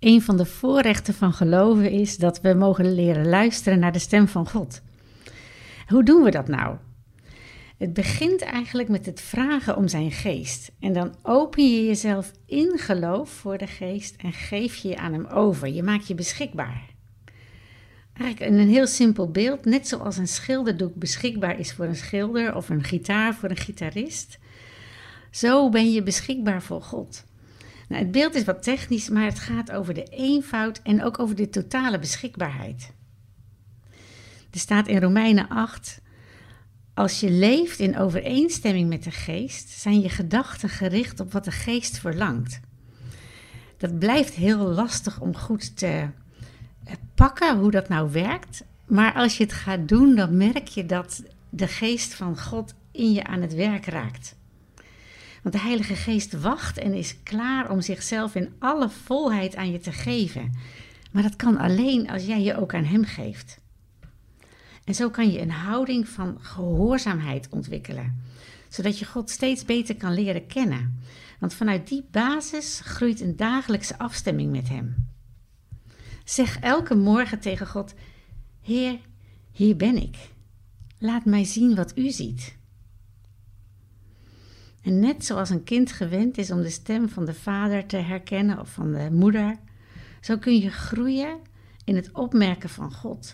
Een van de voorrechten van geloven is dat we mogen leren luisteren naar de stem van God. Hoe doen we dat nou? Het begint eigenlijk met het vragen om zijn geest. En dan open je jezelf in geloof voor de geest en geef je aan hem over. Je maakt je beschikbaar. Eigenlijk een heel simpel beeld, net zoals een schilderdoek beschikbaar is voor een schilder of een gitaar voor een gitarist. Zo ben je beschikbaar voor God. Nou, het beeld is wat technisch, maar het gaat over de eenvoud en ook over de totale beschikbaarheid. Er staat in Romeinen 8, als je leeft in overeenstemming met de geest, zijn je gedachten gericht op wat de geest verlangt. Dat blijft heel lastig om goed te pakken hoe dat nou werkt, maar als je het gaat doen, dan merk je dat de geest van God in je aan het werk raakt. Want de Heilige Geest wacht en is klaar om zichzelf in alle volheid aan je te geven. Maar dat kan alleen als jij je ook aan hem geeft. En zo kan je een houding van gehoorzaamheid ontwikkelen, zodat je God steeds beter kan leren kennen. Want vanuit die basis groeit een dagelijkse afstemming met hem. Zeg elke morgen tegen God, Heer, hier ben ik. Laat mij zien wat u ziet. En net zoals een kind gewend is om de stem van de vader te herkennen of van de moeder, zo kun je groeien in het opmerken van God.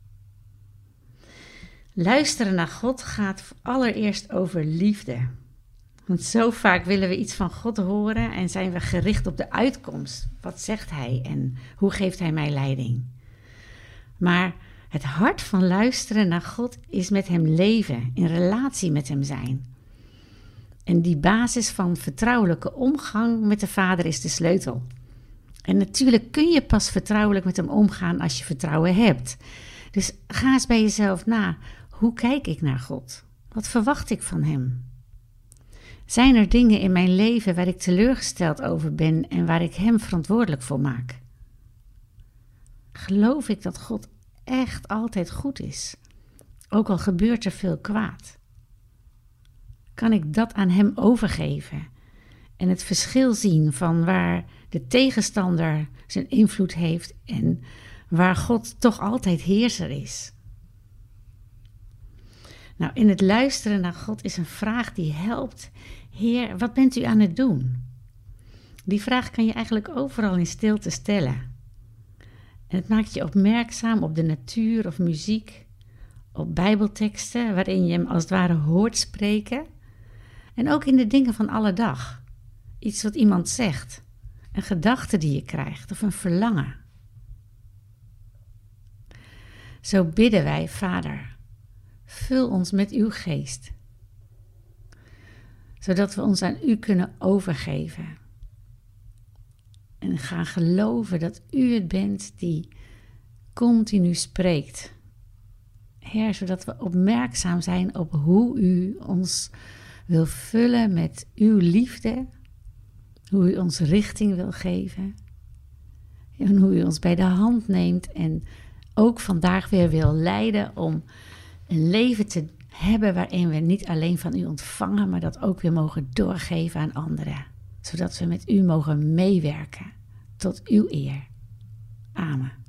Luisteren naar God gaat allereerst over liefde. Want zo vaak willen we iets van God horen en zijn we gericht op de uitkomst. Wat zegt hij en hoe geeft hij mij leiding? Maar het hart van luisteren naar God is met hem leven, in relatie met hem zijn. En die basis van vertrouwelijke omgang met de Vader is de sleutel. En natuurlijk kun je pas vertrouwelijk met hem omgaan als je vertrouwen hebt. Dus ga eens bij jezelf na. Hoe kijk ik naar God? Wat verwacht ik van hem? Zijn er dingen in mijn leven waar ik teleurgesteld over ben en waar ik hem verantwoordelijk voor maak? Geloof ik dat God echt altijd goed is, ook al gebeurt er veel kwaad? Kan ik dat aan hem overgeven en het verschil zien van waar de tegenstander zijn invloed heeft en waar God toch altijd heerser is? Nou, in het luisteren naar God is een vraag die helpt. Heer, wat bent u aan het doen? Die vraag kan je eigenlijk overal in stilte stellen. En het maakt je opmerkzaam op de natuur of muziek, op bijbelteksten waarin je hem als het ware hoort spreken. En ook in de dingen van alle dag. Iets wat iemand zegt, een gedachte die je krijgt of een verlangen. Zo bidden wij, Vader, vul ons met uw geest, zodat we ons aan u kunnen overgeven. En gaan geloven dat u het bent die continu spreekt. Heer, zodat we opmerkzaam zijn op hoe u ons wil vullen met uw liefde, hoe u ons richting wil geven en hoe u ons bij de hand neemt en ook vandaag weer wil leiden om een leven te hebben waarin we niet alleen van u ontvangen, maar dat ook weer mogen doorgeven aan anderen, zodat we met u mogen meewerken tot uw eer. Amen.